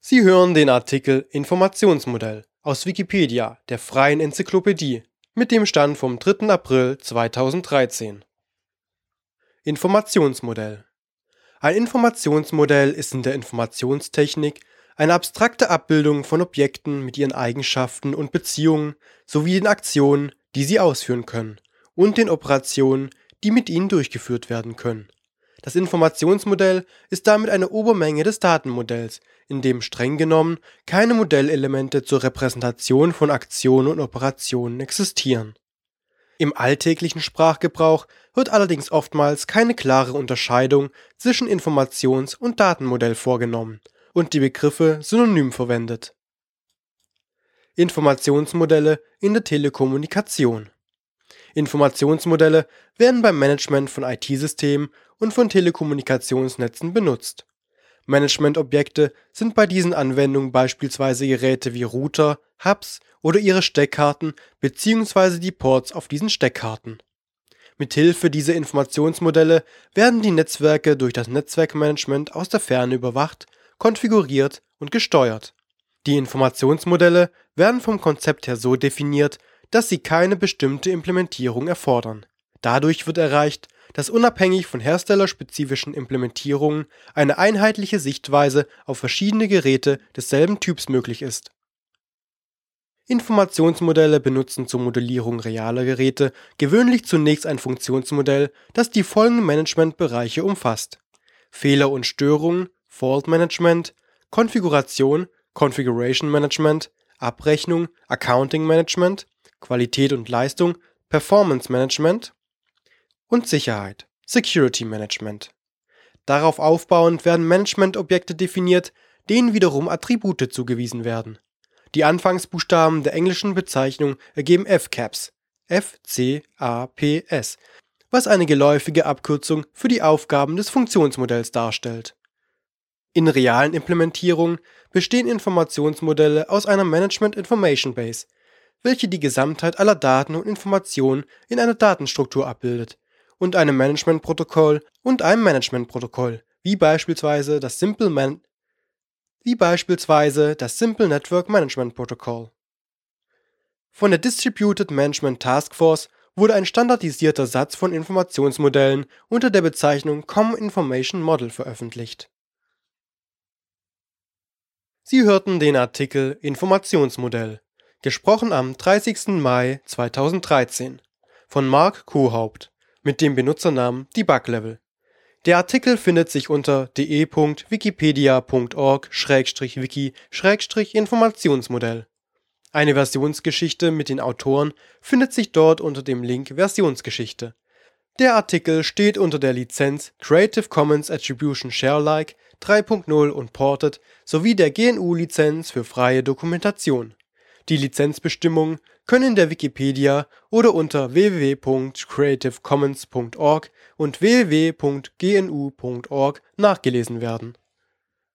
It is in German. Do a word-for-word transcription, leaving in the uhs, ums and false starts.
Sie hören den Artikel Informationsmodell, aus Wikipedia, der freien Enzyklopädie. Mit dem Stand vom dritten April zweitausenddreizehn. Informationsmodell. Ein Informationsmodell ist in der Informationstechnik eine abstrakte Abbildung von Objekten mit ihren Eigenschaften und Beziehungen sowie den Aktionen, die sie ausführen können, und den Operationen, die mit ihnen durchgeführt werden können. Das Informationsmodell ist damit eine Obermenge des Datenmodells, in dem streng genommen keine Modellelemente zur Repräsentation von Aktionen und Operationen existieren. Im alltäglichen Sprachgebrauch wird allerdings oftmals keine klare Unterscheidung zwischen Informations- und Datenmodell vorgenommen und die Begriffe synonym verwendet. Informationsmodelle in der Telekommunikation. Informationsmodelle werden beim Management von I T-Systemen und von Telekommunikationsnetzen benutzt. Managementobjekte sind bei diesen Anwendungen beispielsweise Geräte wie Router, Hubs oder ihre Steckkarten bzw. die Ports auf diesen Steckkarten. Mithilfe dieser Informationsmodelle werden die Netzwerke durch das Netzwerkmanagement aus der Ferne überwacht, konfiguriert und gesteuert. Die Informationsmodelle werden vom Konzept her so definiert, dass sie keine bestimmte Implementierung erfordern. Dadurch wird erreicht, dass unabhängig von herstellerspezifischen Implementierungen eine einheitliche Sichtweise auf verschiedene Geräte desselben Typs möglich ist. Informationsmodelle benutzen zur Modellierung realer Geräte gewöhnlich zunächst ein Funktionsmodell, das die folgenden Managementbereiche umfasst: Fehler und Störungen, Fault Management, Konfiguration, Configuration Management, Abrechnung, Accounting Management, Qualität und Leistung, Performance Management und Sicherheit, Security Management. Darauf aufbauend werden Managementobjekte definiert, denen wiederum Attribute zugewiesen werden. Die Anfangsbuchstaben der englischen Bezeichnung ergeben F CAPS, F C A P S, was eine geläufige Abkürzung für die Aufgaben des Funktionsmodells darstellt. In realen Implementierungen bestehen Informationsmodelle aus einer Management Information Base, welche die Gesamtheit aller Daten und Informationen in einer Datenstruktur abbildet, und einem Managementprotokoll und einem Managementprotokoll, wie beispielsweise das Simple Man wie beispielsweise das Simple Network Management Protocol. Von der Distributed Management Task Force wurde ein standardisierter Satz von Informationsmodellen unter der Bezeichnung Common Information Model veröffentlicht. Sie hörten den Artikel Informationsmodell, gesprochen am dreißigsten Mai zweitausenddreizehn, von Mark Kohaupt, mit dem Benutzernamen DebugLevel. Der Artikel findet sich unter de punkt wikipedia punkt org slash wiki slash informationsmodell. Eine Versionsgeschichte mit den Autoren findet sich dort unter dem Link Versionsgeschichte. Der Artikel steht unter der Lizenz Creative Commons Attribution Share Alike drei Punkt null Unported sowie der G N U-Lizenz für freie Dokumentation. Die Lizenzbestimmungen können in der Wikipedia oder unter w w w punkt creative commons punkt org und w w w punkt g n u punkt org nachgelesen werden.